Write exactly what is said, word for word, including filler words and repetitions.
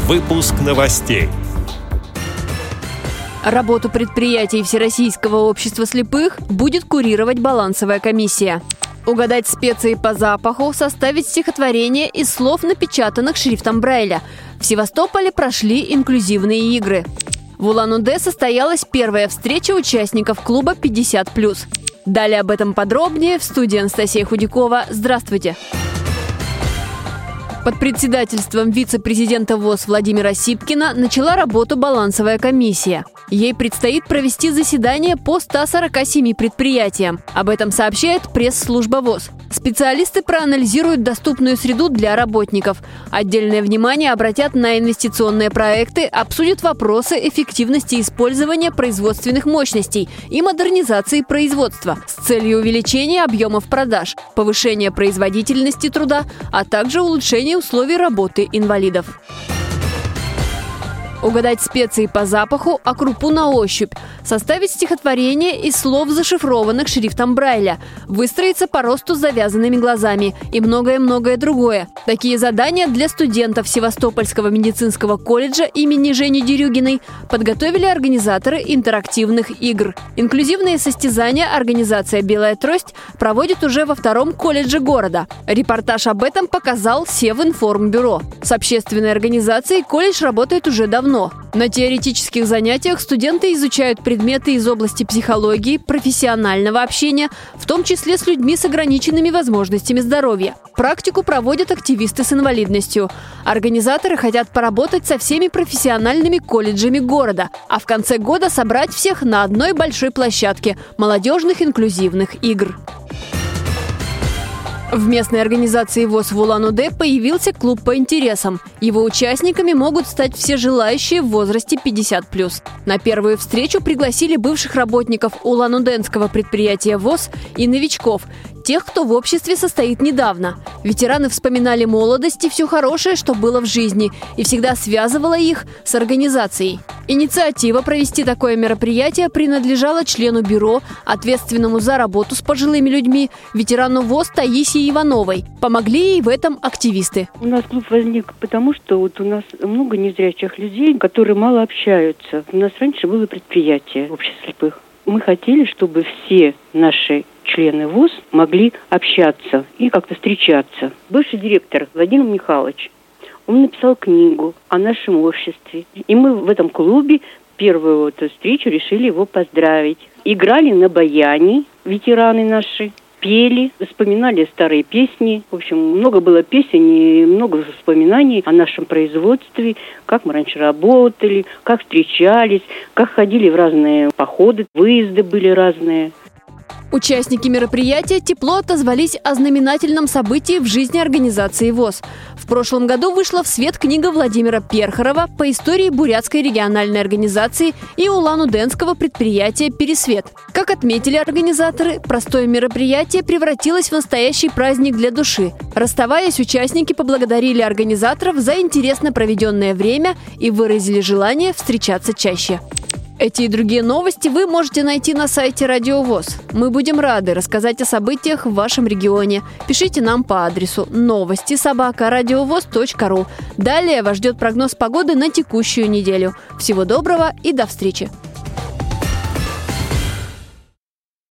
Выпуск новостей. Работу предприятий Всероссийского общества слепых будет курировать балансовая комиссия. Угадать специи по запаху, составить стихотворение из слов, напечатанных шрифтом Брайля. В Севастополе прошли инклюзивные игры. В Улан-Удэ состоялась первая встреча участников клуба пятьдесят плюс. Далее об этом подробнее в студии Анастасия Худякова. Здравствуйте! Под председательством вице-президента ВОС Владимира Сипкина начала работу балансовая комиссия. Ей предстоит провести заседание по ста сорока семи предприятиям. Об этом сообщает пресс-служба ВОС. Специалисты проанализируют доступную среду для работников. Отдельное внимание обратят на инвестиционные проекты, обсудят вопросы эффективности использования производственных мощностей и модернизации производства с целью увеличения объемов продаж, повышения производительности труда, а также улучшения условий работы инвалидов. Угадать специи по запаху, а крупу на ощупь. Составить стихотворение из слов, зашифрованных шрифтом Брайля. Выстроиться по росту с завязанными глазами. И многое-многое другое. Такие задания для студентов Севастопольского медицинского колледжа имени Жени Дерюгиной подготовили организаторы интерактивных игр. Инклюзивные состязания организация «Белая трость» проводит уже во втором колледже города. Репортаж об этом показал Севинформбюро. С общественной организацией колледж работает уже давно. На теоретических занятиях студенты изучают предметы из области психологии, профессионального общения, в том числе с людьми с ограниченными возможностями здоровья. Практику проводят активисты с инвалидностью. Организаторы хотят поработать со всеми профессиональными колледжами города, а в конце года собрать всех на одной большой площадке молодежных инклюзивных игр. В местной организации ВОС в Улан-Удэ появился клуб по интересам. Его участниками могут стать все желающие в возрасте пятьдесят плюс. На первую встречу пригласили бывших работников улан-удэнского предприятия ВОС и новичков, тех, кто в обществе состоит недавно. Ветераны вспоминали молодость и все хорошее, что было в жизни, и всегда связывало их с организацией. Инициатива провести такое мероприятие принадлежала члену бюро, ответственному за работу с пожилыми людьми, ветерану ВОС Таисии Ивановой. Помогли ей в этом активисты. У нас клуб возник потому, что вот у нас много незрячих людей, которые мало общаются. У нас раньше было предприятие общества слепых. Мы хотели, чтобы все наши члены ВОС могли общаться и как-то встречаться. Бывший директор Владимир Михайлович, он написал книгу о нашем обществе. И мы в этом клубе первую вот встречу решили его поздравить. Играли на баяне ветераны наши, пели, вспоминали старые песни. В общем, много было песен и много воспоминаний о нашем производстве, как мы раньше работали, как встречались, как ходили в разные походы, выезды были разные. Участники мероприятия тепло отозвались о знаменательном событии в жизни организации ВОС. В прошлом году вышла в свет книга Владимира Перхорова по истории Бурятской региональной организации и улан-удэнского предприятия «Пересвет». Как отметили организаторы, простое мероприятие превратилось в настоящий праздник для души. Расставаясь, участники поблагодарили организаторов за интересно проведенное время и выразили желание встречаться чаще. Эти и другие новости вы можете найти на сайте Радио ВОС. Мы будем рады рассказать о событиях в вашем регионе. Пишите нам по адресу новости собака радиовос точка ру. Далее вас ждет прогноз погоды на текущую неделю. Всего доброго и до встречи!